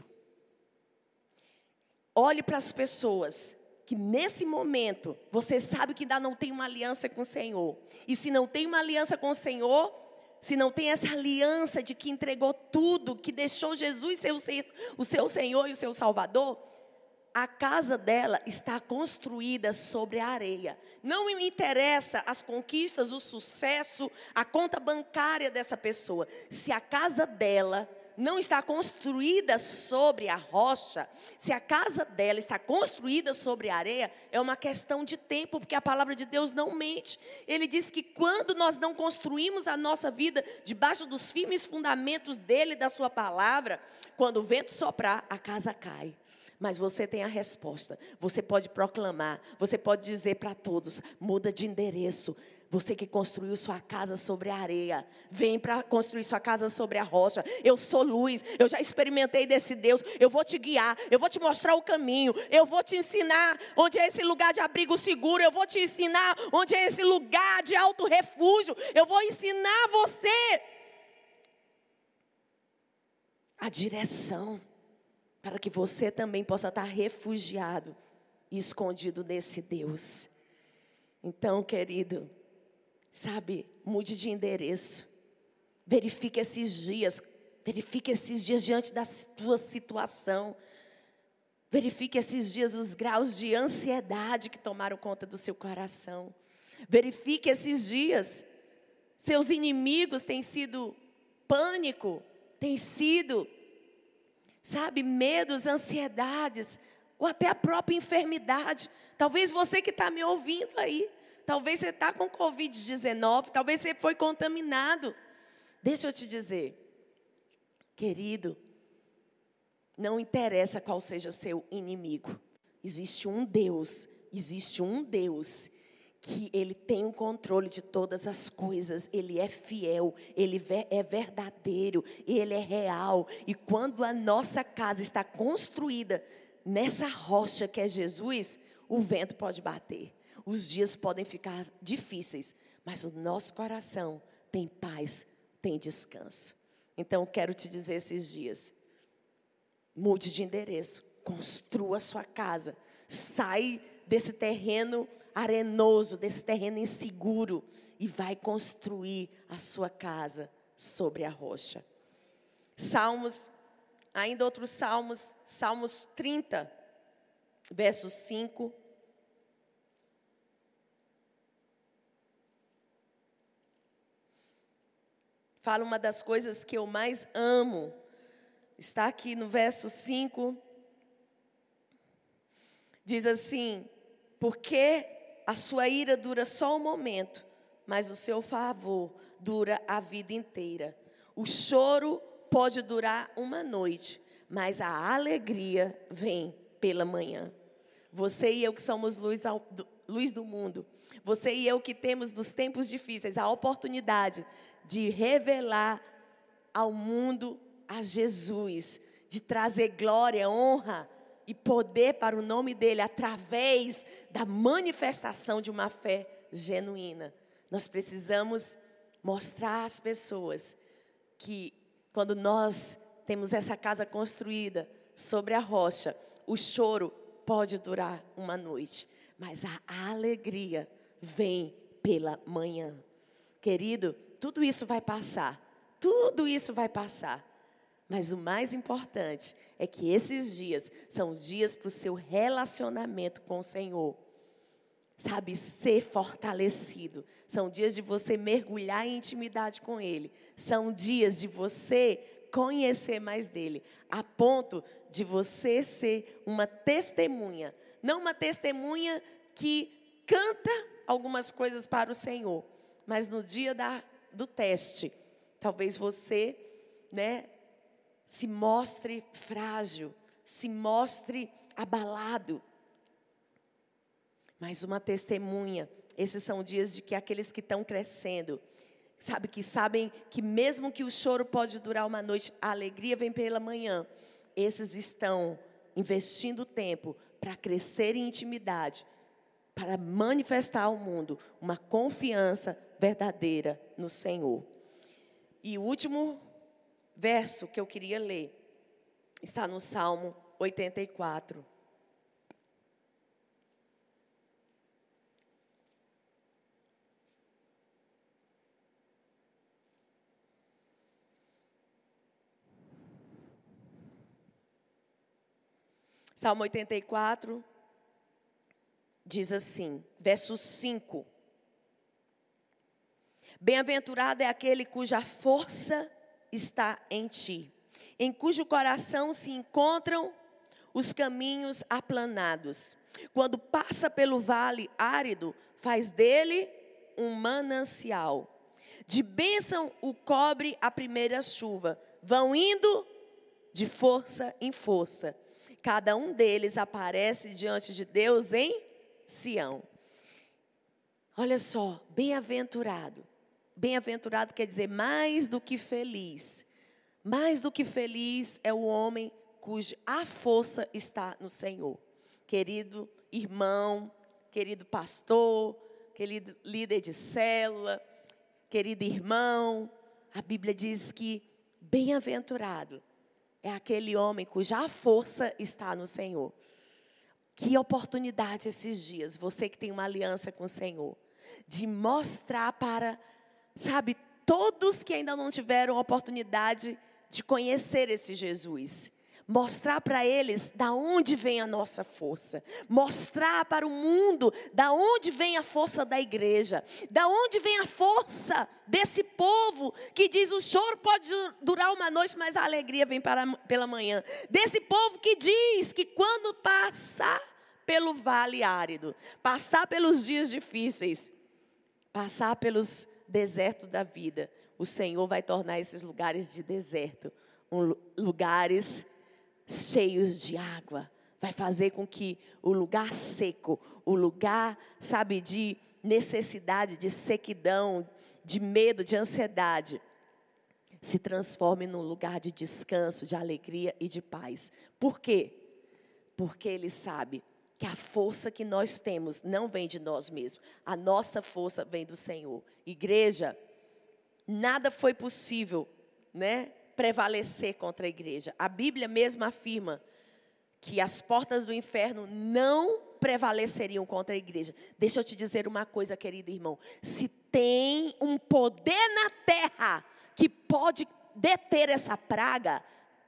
Olhe para as pessoas que nesse momento você sabe que ainda não tem uma aliança com o Senhor. E se não tem uma aliança com o Senhor, se não tem essa aliança de que entregou tudo, que deixou Jesus ser o seu, o seu Senhor e o seu Salvador, a casa dela está construída sobre a areia. Não me interessa as conquistas, o sucesso, a conta bancária dessa pessoa. Se a casa dela não está construída sobre a rocha, se a casa dela está construída sobre a areia, é uma questão de tempo, porque a palavra de Deus não mente. Ele diz que quando nós não construímos a nossa vida debaixo dos firmes fundamentos dele, da sua palavra, quando o vento soprar, a casa cai. Mas você tem a resposta. Você pode proclamar, você pode dizer para todos: muda de endereço. Você que construiu sua casa sobre a areia, vem para construir sua casa sobre a rocha. Eu sou luz, eu já experimentei desse Deus. Eu vou te guiar, eu vou te mostrar o caminho. Eu vou te ensinar onde é esse lugar de abrigo seguro. Eu vou te ensinar onde é esse lugar de alto refúgio. Eu vou ensinar você a direção, para que você também possa estar refugiado e escondido nesse Deus. Então, querido, sabe, mude de endereço. Verifique esses dias, verifique esses dias diante da sua situação. Verifique esses dias os graus de ansiedade que tomaram conta do seu coração. Verifique esses dias, seus inimigos têm sido pânico, têm sido, sabe, medos, ansiedades, ou até a própria enfermidade. Talvez você que está me ouvindo aí, talvez você está com covid dezenove, talvez você foi contaminado. Deixa eu te dizer, querido, não interessa qual seja seu inimigo. Existe um Deus, existe um Deus que Ele tem o controle de todas as coisas. Ele é fiel, Ele é verdadeiro, Ele é real. E quando a nossa casa está construída nessa rocha que é Jesus, o vento pode bater. Os dias podem ficar difíceis, mas o nosso coração tem paz, tem descanso. Então, eu quero te dizer esses dias, mude de endereço, construa a sua casa, sai desse terreno arenoso, desse terreno inseguro, e vai construir a sua casa sobre a rocha. Salmos, ainda outros salmos, Salmos trinta, verso cinco. Fala uma das coisas que eu mais amo. Está aqui no verso cinco. Diz assim: porque a sua ira dura só um momento, mas o seu favor dura a vida inteira. O choro pode durar uma noite, mas a alegria vem pela manhã. Você e eu que somos luz, ao, do, luz do mundo, você e eu que temos nos tempos difíceis a oportunidade de revelar ao mundo a Jesus, de trazer glória, honra e poder para o nome dele, através da manifestação de uma fé genuína. Nós precisamos mostrar às pessoas que quando nós temos essa casa construída sobre a rocha, o choro pode durar uma noite, mas a alegria vem pela manhã. Querido, tudo isso vai passar, tudo isso vai passar. Mas o mais importante é que esses dias são dias para o seu relacionamento com o Senhor. sabe, ser fortalecido. São dias de você mergulhar em intimidade com Ele. São dias de você conhecer mais dEle, a ponto de você ser uma testemunha. Não uma testemunha que canta algumas coisas para o Senhor, mas no dia da, do teste, talvez você, né, se mostre frágil, se mostre abalado. Mas uma testemunha, esses são dias de que aqueles que estão crescendo, sabe, que sabem que mesmo que o choro pode durar uma noite, a alegria vem pela manhã. Esses estão investindo tempo para crescer em intimidade, para manifestar ao mundo uma confiança verdadeira no Senhor. E o último verso que eu queria ler está no Salmo oitenta e quatro. Salmo oitenta e quatro diz assim, verso cinco. Bem-aventurado é aquele cuja força está em ti, em cujo coração se encontram os caminhos aplanados. Quando passa pelo vale árido, faz dele um manancial. De bênção o cobre a primeira chuva. Vão indo de força em força. Cada um deles aparece diante de Deus em Sião. Olha só, bem-aventurado. Bem-aventurado quer dizer mais do que feliz. Mais do que feliz é o homem cuja a força está no Senhor. Querido irmão, querido pastor, querido líder de célula, querido irmão, a Bíblia diz que bem-aventurado é aquele homem cuja força está no Senhor. Que oportunidade esses dias, você que tem uma aliança com o Senhor, de mostrar para, sabe, todos que ainda não tiveram oportunidade de conhecer esse Jesus. Mostrar para eles da onde vem a nossa força. Mostrar para o mundo da onde vem a força da igreja. Da onde vem a força desse povo que diz o choro pode durar uma noite, mas a alegria vem para, pela manhã. Desse povo que diz que quando passar pelo vale árido, passar pelos dias difíceis, passar pelos desertos da vida, o Senhor vai tornar esses lugares de deserto um, lugares cheios de água. Vai fazer com que o lugar seco, o lugar, sabe, de necessidade, de sequidão, de medo, de ansiedade, se transforme num lugar de descanso, de alegria e de paz. Por quê? Porque Ele sabe que a força que nós temos não vem de nós mesmos. A nossa força vem do Senhor. Igreja, nada foi possível, né, prevalecer contra a igreja. A Bíblia mesmo afirma que as portas do inferno não prevaleceriam contra a igreja. Deixa eu te dizer uma coisa, querido irmão. Se tem um poder na terra que pode deter essa praga,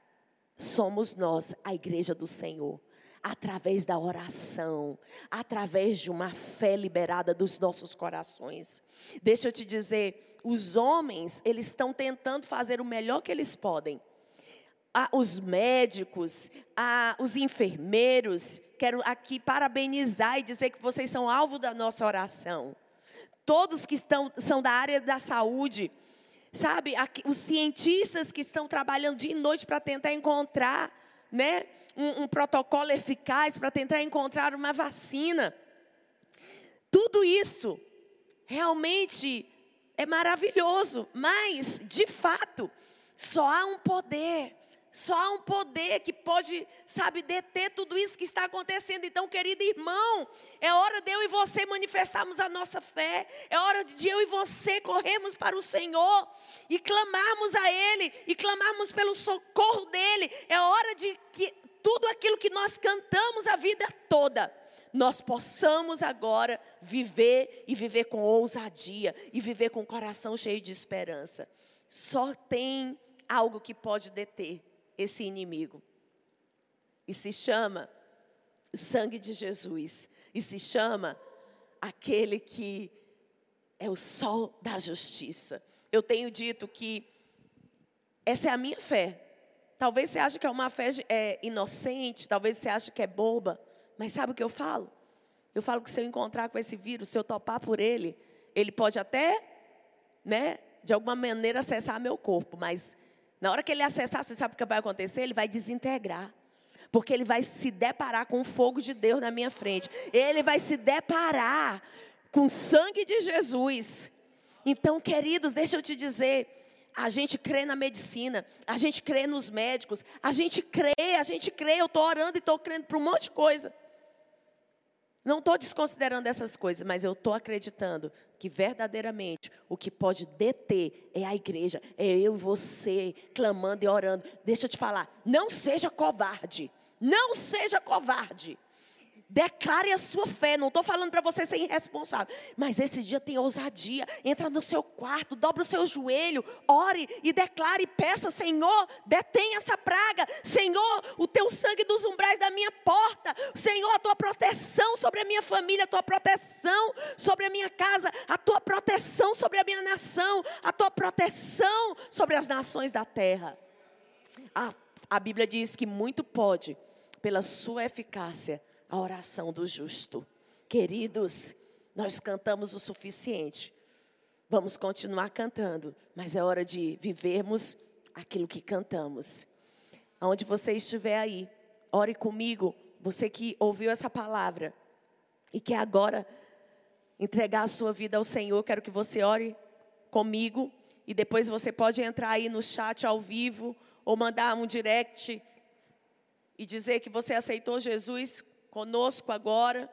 somos nós, a igreja do Senhor. Através da oração, através de uma fé liberada dos nossos corações. Deixa eu te dizer, os homens, eles estão tentando fazer o melhor que eles podem. Ah, os médicos, ah, os enfermeiros, quero aqui parabenizar e dizer que vocês são alvo da nossa oração. Todos que estão, são da área da saúde, sabe, aqui, os cientistas que estão trabalhando dia e noite para tentar encontrar, né, um, um protocolo eficaz, para tentar encontrar uma vacina. Tudo isso realmente é maravilhoso, mas, de fato, só há um poder, só há um poder que pode, sabe, deter tudo isso que está acontecendo. Então, querido irmão, é hora de eu e você manifestarmos a nossa fé, é hora de eu e você corrermos para o Senhor e clamarmos a Ele, e clamarmos pelo socorro dEle. É hora de que tudo aquilo que nós cantamos a vida toda, nós possamos agora viver e viver com ousadia e viver com o coração cheio de esperança. Só tem algo que pode deter esse inimigo. E se chama o sangue de Jesus. E se chama aquele que é o sol da justiça. Eu tenho dito que essa é a minha fé. Talvez você ache que é uma fé é, inocente, talvez você ache que é boba, mas sabe o que eu falo? Eu falo que se eu encontrar com esse vírus, se eu topar por ele, ele pode até, né, de alguma maneira acessar meu corpo, mas na hora que ele acessar, você sabe o que vai acontecer? Ele vai desintegrar, porque ele vai se deparar com o fogo de Deus na minha frente. Ele vai se deparar com o sangue de Jesus. Então, queridos, deixa eu te dizer, a gente crê na medicina, a gente crê nos médicos, a gente crê, a gente crê, eu estou orando e estou crendo para um monte de coisa. Não estou desconsiderando essas coisas, mas eu estou acreditando que verdadeiramente o que pode deter é a igreja, é eu e você clamando e orando. Deixa eu te falar, não seja covarde, não seja covarde. Declare a sua fé, não estou falando para você ser irresponsável, mas esse dia tem ousadia, entra no seu quarto, dobra o seu joelho, ore e declare, peça, Senhor, detém essa praga, Senhor, o teu sangue dos umbrais da minha porta, Senhor, a tua proteção sobre a minha família, a tua proteção sobre a minha casa, a tua proteção sobre a minha nação, a tua proteção sobre as nações da terra. A, a Bíblia diz que muito pode, pela sua eficácia, a oração do justo. Queridos, nós cantamos o suficiente. Vamos continuar cantando, mas é hora de vivermos aquilo que cantamos. Aonde você estiver aí, ore comigo. Você que ouviu essa palavra e quer agora entregar a sua vida ao Senhor, quero que você ore comigo. E depois você pode entrar aí no chat ao vivo ou mandar um direct e dizer que você aceitou Jesus conosco agora,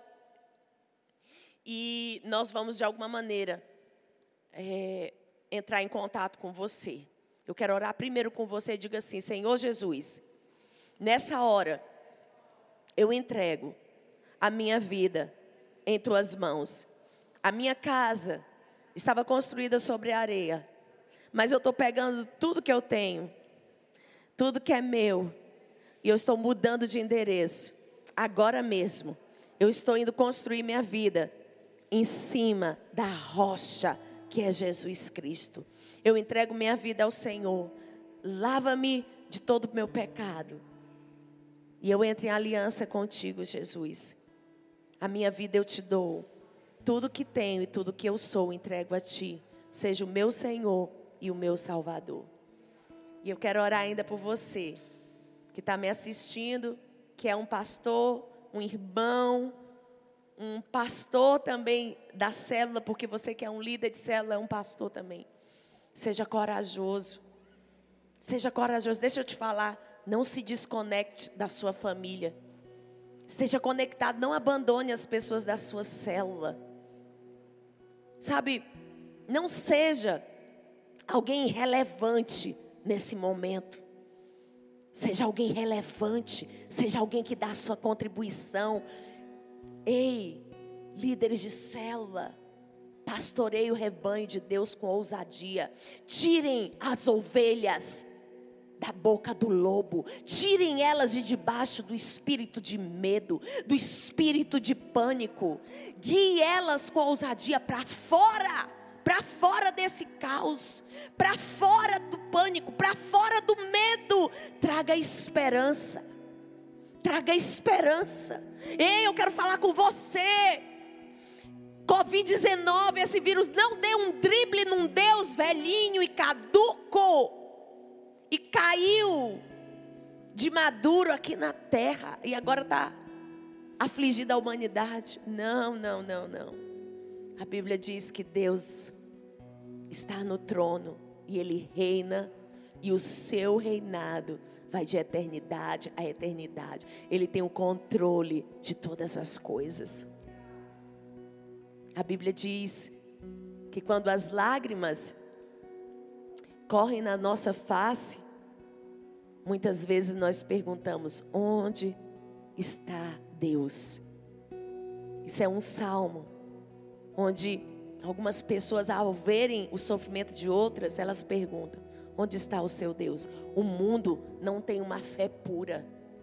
e nós vamos de alguma maneira é, entrar em contato com você. Eu quero orar primeiro com você e diga assim: Senhor Jesus, nessa hora eu entrego a minha vida em tuas mãos. A minha casa estava construída sobre a areia, mas eu estou pegando tudo que eu tenho, tudo que é meu, e eu estou mudando de endereço. Agora mesmo, eu estou indo construir minha vida em cima da rocha que é Jesus Cristo. Eu entrego minha vida ao Senhor. Lava-me de todo o meu pecado. E eu entro em aliança contigo, Jesus. A minha vida eu te dou. Tudo que tenho e tudo que eu sou, entrego a ti. Seja o meu Senhor e o meu Salvador. E eu quero orar ainda por você que está me assistindo, que é um pastor, um irmão, um pastor também da célula, porque você que é um líder de célula é um pastor também. Seja corajoso, seja corajoso. Deixa eu te falar, não se desconecte da sua família. Esteja conectado, não abandone as pessoas da sua célula. Sabe, não seja alguém irrelevante nesse momento. Seja alguém relevante, seja alguém que dá a sua contribuição. Ei, líderes de célula, pastoreie o rebanho de Deus com ousadia. Tirem as ovelhas da boca do lobo. Tirem elas de debaixo do espírito de medo, do espírito de pânico. Guie elas com ousadia para fora. Para fora desse caos, para fora do pânico, para fora do medo. Traga esperança, traga esperança. Ei, eu quero falar com você. covid dezenove, esse vírus não deu um drible num Deus velhinho e caduco e caiu de maduro aqui na terra e agora está afligida a humanidade. Não, não, não, não. A Bíblia diz que Deus está no trono e Ele reina, e o seu reinado vai de eternidade a eternidade. Ele tem o controle de todas as coisas. A Bíblia diz que quando as lágrimas correm na nossa face, muitas vezes nós perguntamos: onde está Deus? Isso é um salmo onde algumas pessoas, ao verem o sofrimento de outras, elas perguntam: onde está o seu Deus? O mundo não tem uma fé pura.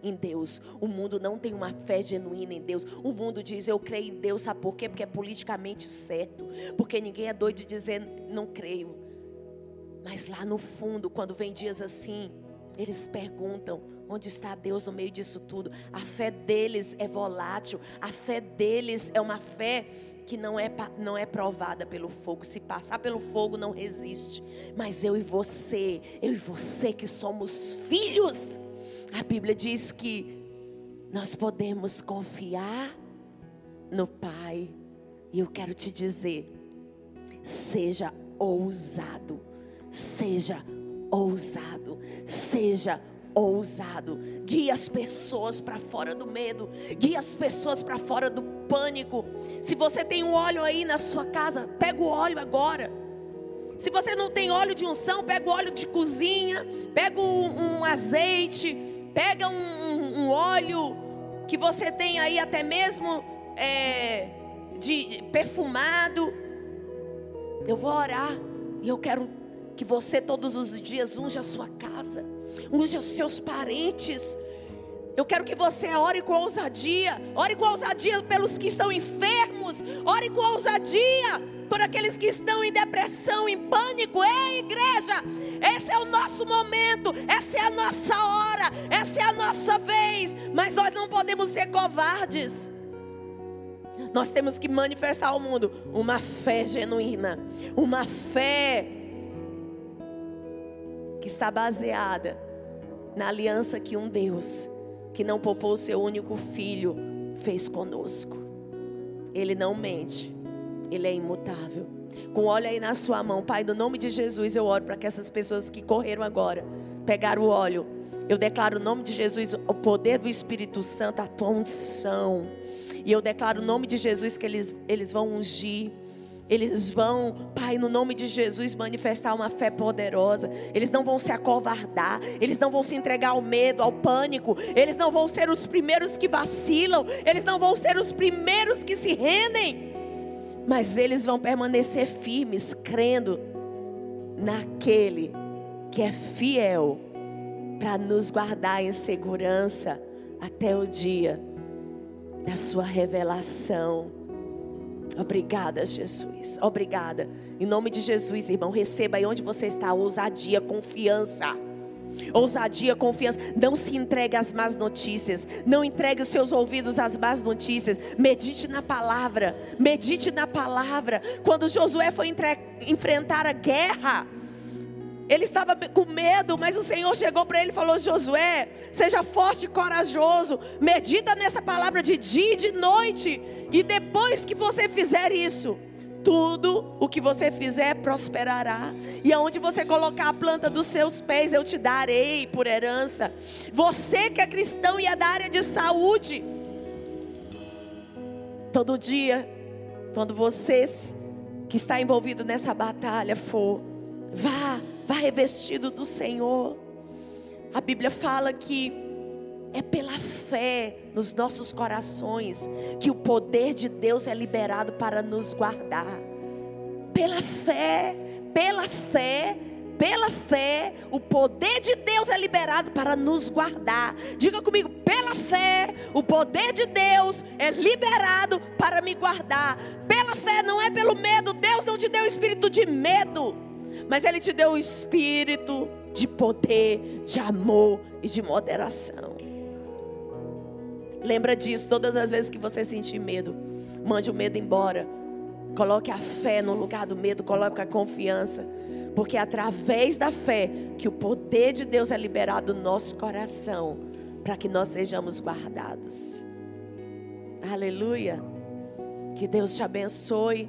em Deus. O mundo não tem uma fé genuína em Deus. O mundo diz, eu creio em Deus, sabe por quê? Porque é politicamente certo. Porque ninguém é doido de dizer, não creio. Mas lá no fundo, quando vem dias assim, eles perguntam, onde está Deus no meio disso tudo? A fé deles é volátil. A fé deles é uma fé que não é, não é provada pelo fogo. Se passar pelo fogo não resiste. Mas eu e você, eu e você que somos filhos, a Bíblia diz que nós podemos confiar no Pai. E eu quero te dizer, seja ousado, seja ousado, seja ousado. Guie as pessoas para fora do medo, guie as pessoas para fora do pânico. Se você tem um óleo aí na sua casa, pega o óleo agora. Se você não tem óleo de unção, pega o óleo de cozinha, pega um, um azeite, pega um, um, um óleo que você tem aí até mesmo é, de perfumado. Eu vou orar e eu quero que você todos os dias unja a sua casa, unja os seus parentes. Eu quero que você ore com ousadia. Ore com ousadia pelos que estão enfermos. Ore com ousadia por aqueles que estão em depressão, em pânico. Ei, igreja, esse é o nosso momento, essa é a nossa hora, essa é a nossa vez. Mas nós não podemos ser covardes. Nós temos que manifestar ao mundo uma fé genuína, uma fé que está baseada na aliança que um Deus, que não poupou o seu único filho, fez conosco. Ele não mente, Ele é imutável. Com óleo aí na sua mão, Pai, no nome de Jesus eu oro para que essas pessoas que correram agora, pegaram o óleo, eu declaro no nome de Jesus o poder do Espírito Santo, a tua unção. E eu declaro no nome de Jesus que eles, eles vão ungir. Eles vão, Pai, no nome de Jesus, manifestar uma fé poderosa. Eles não vão se acovardar. Eles não vão se entregar ao medo, ao pânico. Eles não vão ser os primeiros que vacilam. Eles não vão ser os primeiros que se rendem. Mas eles vão permanecer firmes, crendo naquele que é fiel para nos guardar em segurança até o dia da sua revelação. Obrigada, Jesus. Obrigada. Em nome de Jesus, irmão, receba aí onde você está ousadia, confiança. Ousadia, confiança. Não se entregue às más notícias. Não entregue os seus ouvidos às más notícias. Medite na palavra. Medite na palavra. Quando Josué foi entre... enfrentar a guerra, ele estava com medo, mas o Senhor chegou para ele e falou: Josué, seja forte e corajoso. Medita nessa palavra de dia e de noite. E depois que você fizer isso, tudo o que você fizer prosperará. E aonde você colocar a planta dos seus pés, eu te darei por herança. Você que é cristão e é da área de saúde, todo dia, quando você que está envolvido nessa batalha for, vá. Vá revestido do Senhor. A Bíblia fala que é pela fé nos nossos corações que o poder de Deus é liberado para nos guardar. Pela fé, pela fé, pela fé, o poder de Deus é liberado para nos guardar. Diga comigo, pela fé, o poder de Deus é liberado para me guardar. Pela fé, não é pelo medo. Deus não te deu espírito de medo, mas Ele te deu o espírito de poder, de amor e de moderação. Lembra disso todas as vezes que você sentir medo. Mande o medo embora. Coloque a fé no lugar do medo. Coloque a confiança. Porque é através da fé que o poder de Deus é liberado no nosso coração, para que nós sejamos guardados. Aleluia. Que Deus te abençoe.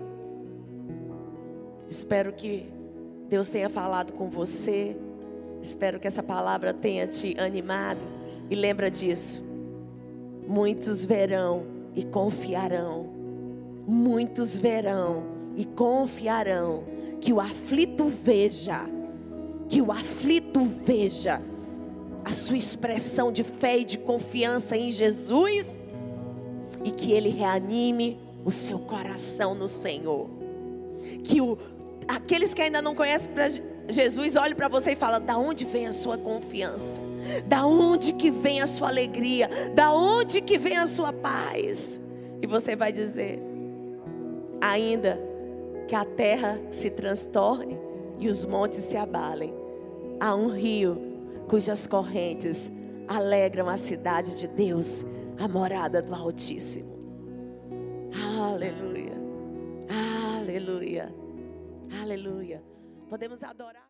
Espero que Deus tenha falado com você. Espero que essa palavra tenha te animado. E lembra disso. Muitos verão e confiarão. Muitos verão e confiarão. Que o aflito veja. Que o aflito veja a sua expressão de fé e de confiança em Jesus. E que Ele reanime o seu coração no Senhor. Que o Aqueles que ainda não conhecem Jesus olha para você e fala: da onde vem a sua confiança? Da onde que vem a sua alegria? Da onde que vem a sua paz? E você vai dizer: ainda que a terra se transtorne e os montes se abalem, há um rio cujas correntes alegram a cidade de Deus, a morada do Altíssimo. Aleluia, aleluia, aleluia. Podemos adorar.